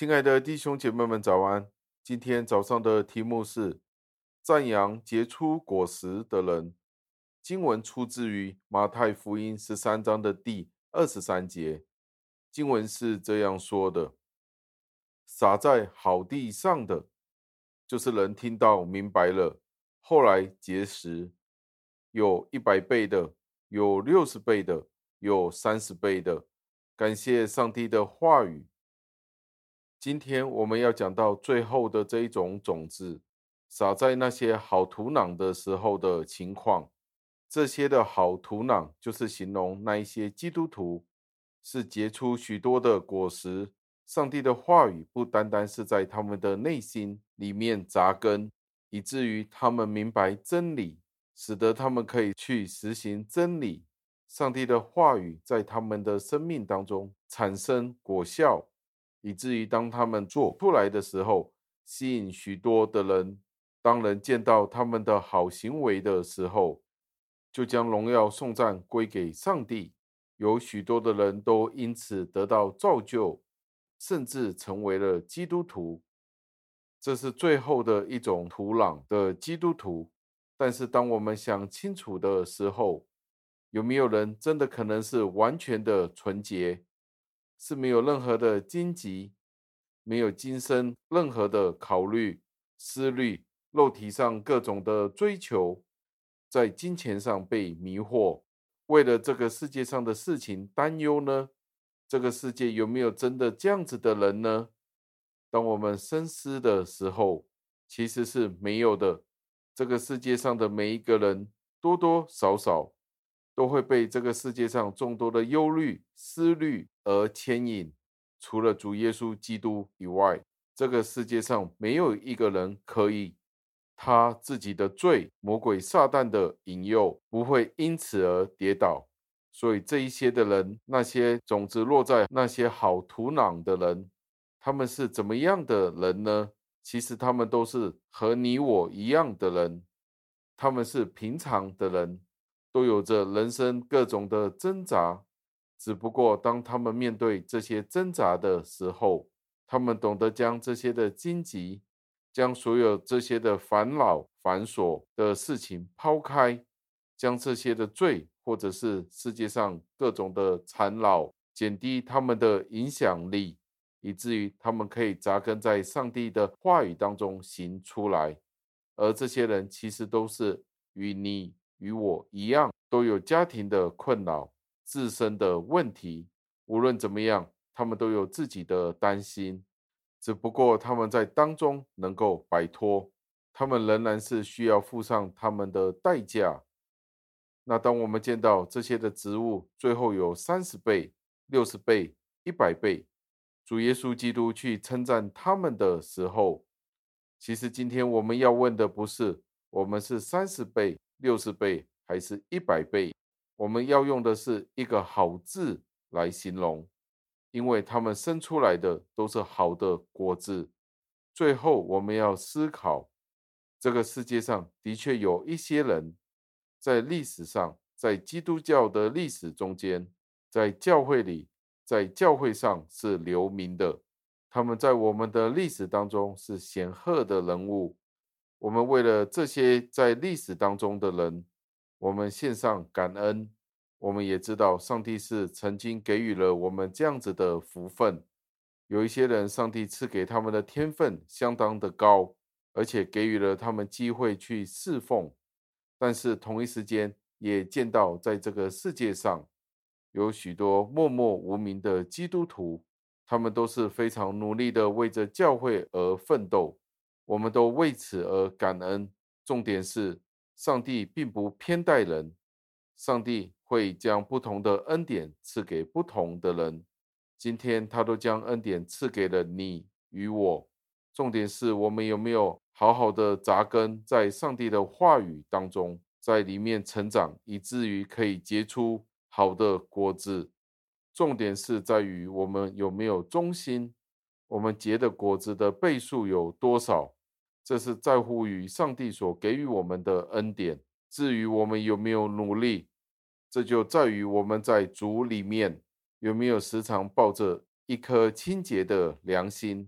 亲爱的弟兄姐妹们，早安！今天早上的题目是赞扬结出果实的人。经文出自于马太福音13章的第23节。经文是这样说的：撒在好地上的，就是人听到明白了，后来结实，有100倍的，有60倍的，有30倍的。感谢上帝的话语。今天我们要讲到最后的这一种种子，撒在那些好土壤的时候的情况。这些的好土壤，就是形容那一些基督徒是结出许多的果实。上帝的话语不单单是在他们的内心里面扎根，以至于他们明白真理，使得他们可以去实行真理。上帝的话语在他们的生命当中产生果效，以至于当他们做出来的时候，吸引许多的人。当人见到他们的好行为的时候，就将荣耀颂赞归给上帝。有许多的人都因此得到造就，甚至成为了基督徒。这是最后的一种土壤的基督徒。但是当我们想清楚的时候，有没有人真的可能是完全的纯洁，是没有任何的荆棘，没有今生任何的考虑、思虑，肉体上各种的追求，在金钱上被迷惑，为了这个世界上的事情担忧呢？这个世界有没有真的这样子的人呢？当我们深思的时候，其实是没有的。这个世界上的每一个人，多多少少都会被这个世界上众多的忧虑、思虑而牵引。除了主耶稣基督以外，这个世界上没有一个人可以他自己的罪、魔鬼撒旦的引诱，不会因此而跌倒。所以这一些的人，那些种子落在那些好土壤的人，他们是怎么样的人呢？其实他们都是和你我一样的人，他们是平常的人，都有着人生各种的挣扎。只不过当他们面对这些挣扎的时候，他们懂得将这些的荆棘，将所有这些的烦恼、繁琐的事情抛开，将这些的罪，或者是世界上各种的缠绕，减低他们的影响力，以至于他们可以扎根在上帝的话语当中行出来。而这些人其实都是与你与我一样，都有家庭的困扰、自身的问题。无论怎么样，他们都有自己的担心，只不过他们在当中能够摆脱，他们仍然是需要付上他们的代价。那当我们见到这些的植物最后有30倍、60倍、100倍，主耶稣基督去称赞他们的时候，其实今天我们要问的不是我们是30倍、60倍还是100倍，我们要用的是一个好字来形容，因为他们生出来的都是好的果子。最后我们要思考，这个世界上的确有一些人在历史上，在基督教的历史中间，在教会里，在教会上是留名的，他们在我们的历史当中是显赫的人物。我们为了这些在历史当中的人，我们献上感恩。我们也知道上帝是曾经给予了我们这样子的福分。有一些人，上帝赐给他们的天分相当的高，而且给予了他们机会去侍奉。但是同一时间也见到在这个世界上有许多默默无名的基督徒，他们都是非常努力的为着教会而奋斗，我们都为此而感恩。重点是上帝并不偏待人，上帝会将不同的恩典赐给不同的人。今天他都将恩典赐给了你与我，重点是我们有没有好好的扎根在上帝的话语当中，在里面成长，以至于可以结出好的果子。重点是在于我们有没有忠心，我们结的果子的倍数有多少，这是在乎于上帝所给予我们的恩典。至于我们有没有努力，这就在于我们在主里面有没有时常抱着一颗清洁的良心，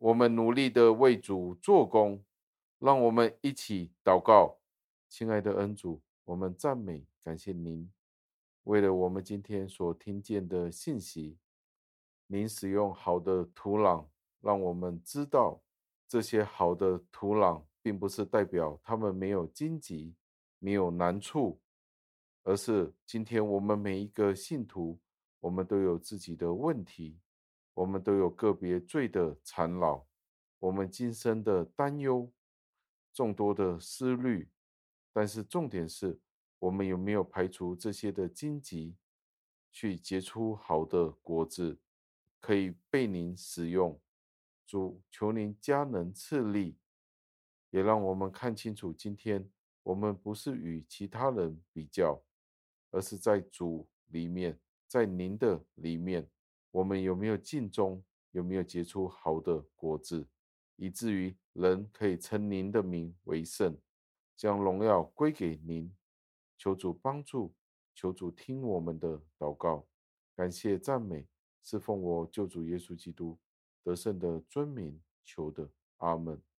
我们努力的为主做工，让我们一起祷告。亲爱的恩主，我们赞美感谢您，为了我们今天所听见的信息，您使用好的土壤，让我们知道这些好的土壤，并不是代表他们没有荆棘、没有难处，而是今天我们每一个信徒，我们都有自己的问题，我们都有个别罪的缠绕，我们今生的担忧，众多的思虑，但是重点是我们有没有排除这些的荆棘，去结出好的果子，可以被您使用。主，求您加能赐力，也让我们看清楚，今天我们不是与其他人比较，而是在主里面，在您的里面，我们有没有尽忠，有没有结出好的果子，以至于人可以称您的名为圣，将荣耀归给您。求主帮助，求主听我们的祷告，感谢赞美，是奉我救主耶稣基督得胜的尊名求的，阿门。